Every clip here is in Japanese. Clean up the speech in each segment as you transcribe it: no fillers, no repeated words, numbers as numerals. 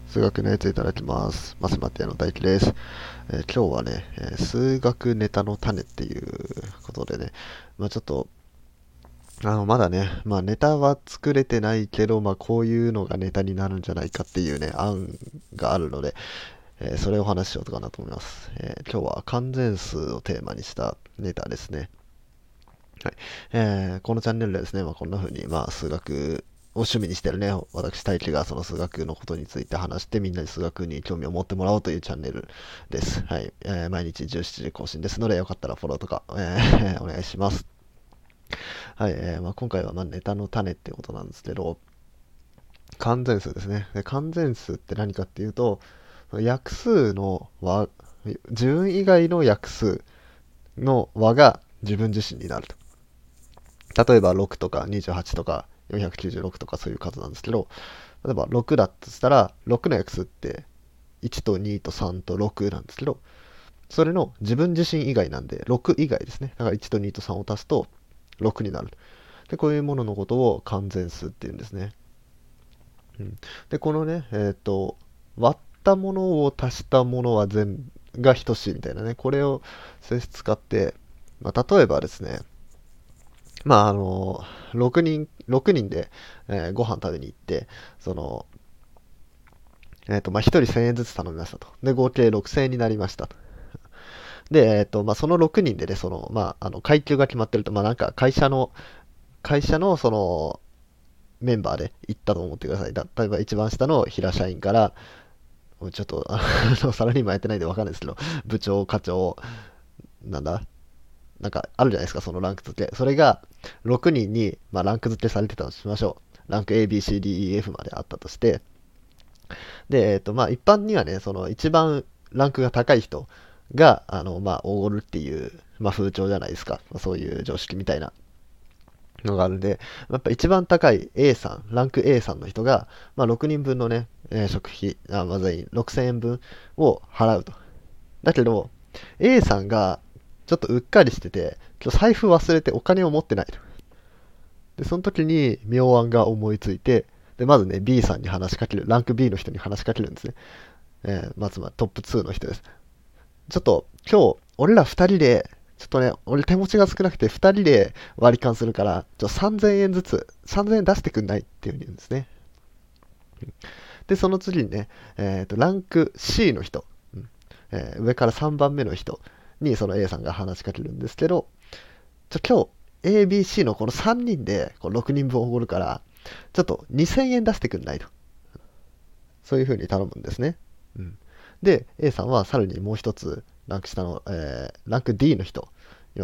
数学のやついただきます。マスマティアの大輝です。今日はね、数学ネタの種っていうことでね、ちょっと、まだね、ネタは作れてないけど、こういうのがネタになるんじゃないかっていうね、案があるので、それをお話ししようかなと思います。今日は完全数をテーマにしたネタですね。はい。このチャンネルでですね、こんな風に、数学を趣味にしてるね、私、大輝がその数学のことについて話して、みんなに数学に興味を持ってもらおうというチャンネルです。はい。毎日17時更新ですので、よかったらフォローとか、お願いします。はい。今回はネタの種ってことなんですけど、完全数ですね。で完全数って何かっていうと、約数の和、順以外の約数の和が自分自身になると。例えば6とか28とか496とかそういう数なんですけど、例えば6だとしたら、6の約数って1と2と3と6なんですけど、それの自分自身以外なんで、6以外ですね。だから1と2と3を足すと6になる。で、こういうもののことを完全数っていうんですね。うん、で、このね、割ったものを足したものは全が等しいみたいなね、これを性質使って、例えばですね、6人で、ご飯食べに行って、その、1人1000円ずつ頼みましたと。で、合計6000円になりましたと。で、その6人でね、階級が決まってると、なんか会社の、メンバーで行ったと思ってください。例えば一番下の平社員から、ちょっと、サラリーマンやってないんでわかんないですけど、部長、課長、なんだ、なんかあるじゃないですか、そのランク付け。それが6人に、ランク付けされてたとしましょう。ランク A、B、C、D、E、F まであったとして、で、一般にはね、その一番ランクが高い人が、おごるっていう、風潮じゃないですか。そういう常識みたいなのがあるんで、やっぱ一番高い A さん、ランク A さんの人が、6人分のね、食費、全員6000円分を払うと。だけど、A さんがちょっとうっかりしてて、今日財布忘れてお金を持ってないと。で、その時に妙案が思いついて、で、まずね、B さんに話しかける、ランク B の人に話しかけるんですね。まずはトップ2の人です。ちょっと、今日、俺ら2人で、ちょっとね、俺手持ちが少なくて2人で割り勘するから、3000円ずつ、3000円出してくんないっていう風に言うんですね。で、その次にね、ランク C の人、上から3番目の人にその A さんが話しかけるんですけど、今日 ABC のこの3人でこう6人分おごるから、ちょっと2000円出してくんないと。そういう風に頼むんですね。うん。で、A さんはさらにもう一つ、ランク下の、ランク D の人、今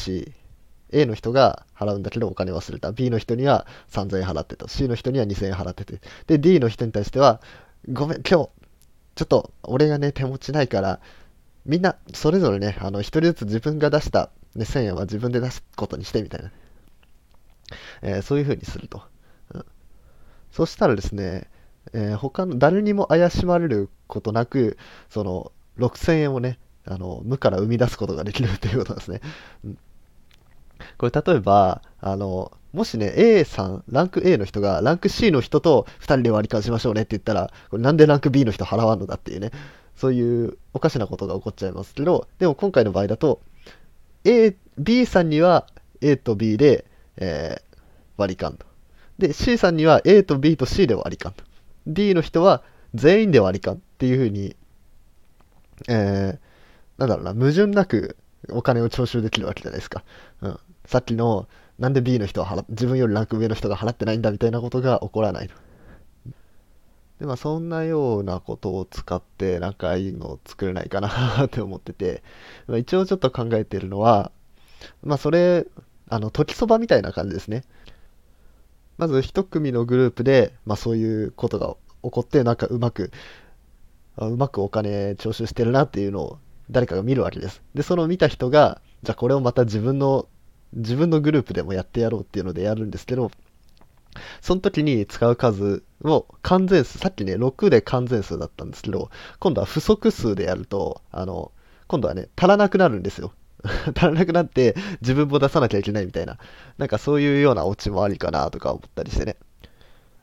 ABC、A の人が払うんだけどお金忘れた。B の人には3000円払ってた。C の人には2000円払ってて。で、D の人に対しては、ごめん、今日、ちょっと俺がね、手持ちないから、みんな、それぞれね、一人ずつ自分が出した、ね、1000円は自分で出すことにしてみたいな。そういう風にすると。うん、そしたらですね、他の誰にも怪しまれることなく、その6000円をね、無から生み出すことができるということなんですね。うん、これ例えば、もしね、A さん、ランク A の人が、ランク C の人と2人で割り勘しましょうねって言ったら、これなんでランク B の人払わんのだっていうね、そういうおかしなことが起こっちゃいますけど、でも今回の場合だと、B さんには A と B で、割り勘と。で、C さんには A と B と C で割り勘と。D の人は全員で割り勘っていう風に、えなんだろうな、矛盾なくお金を徴収できるわけじゃないですか。うん。さっきの、なんで B の人は自分よりランク上の人が払ってないんだみたいなことが起こらないと。で、そんなようなことを使って、なんかいいのを作れないかなって思ってて、一応ちょっと考えてるのは、それ、時そばみたいな感じですね。まず一組のグループで、そういうことが起こって、なんかうまくお金徴収してるなっていうのを誰かが見るわけです。で、その見た人が、じゃあこれをまた自分のグループでもやってやろうっていうのでやるんですけど、その時に使う数を完全数、さっきね、6で完全数だったんですけど、今度は不足数でやると、今度はね、足らなくなるんですよ。足らなくなって自分も出さなきゃいけないみたいな、なんかそういうようなオチもありかなとか思ったりしてね。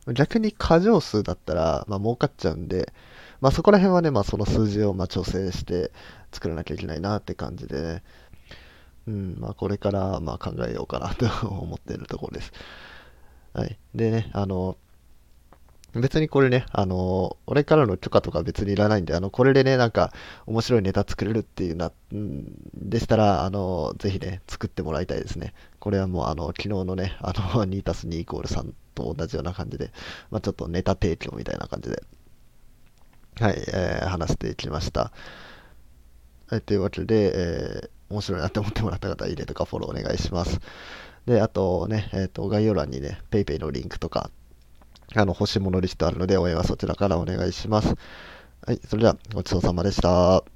逆に過剰数だったら、まあ、儲かっちゃうんで、まあ、そこら辺はね、まあ、その数字をまあ調整して作らなきゃいけないなって感じでね、うん、まあ、これからまあ考えようかなと思っているところです。はい。でね、別にこれね、俺からの許可とか別にいらないんで、これでね、なんか、面白いネタ作れるっていうでしたら、ぜひね、作ってもらいたいですね。これはもう、昨日のね、2たす2イコール3と同じような感じで、まあ、ちょっとネタ提供みたいな感じで、はい、話していきました。はい、というわけで、面白いなって思ってもらった方は、いいねとかフォローお願いします。で、あとね、概要欄にね、PayPay のリンクとか、欲しいものリストあるので、応援はそちらからお願いします。はい、それではごちそうさまでした。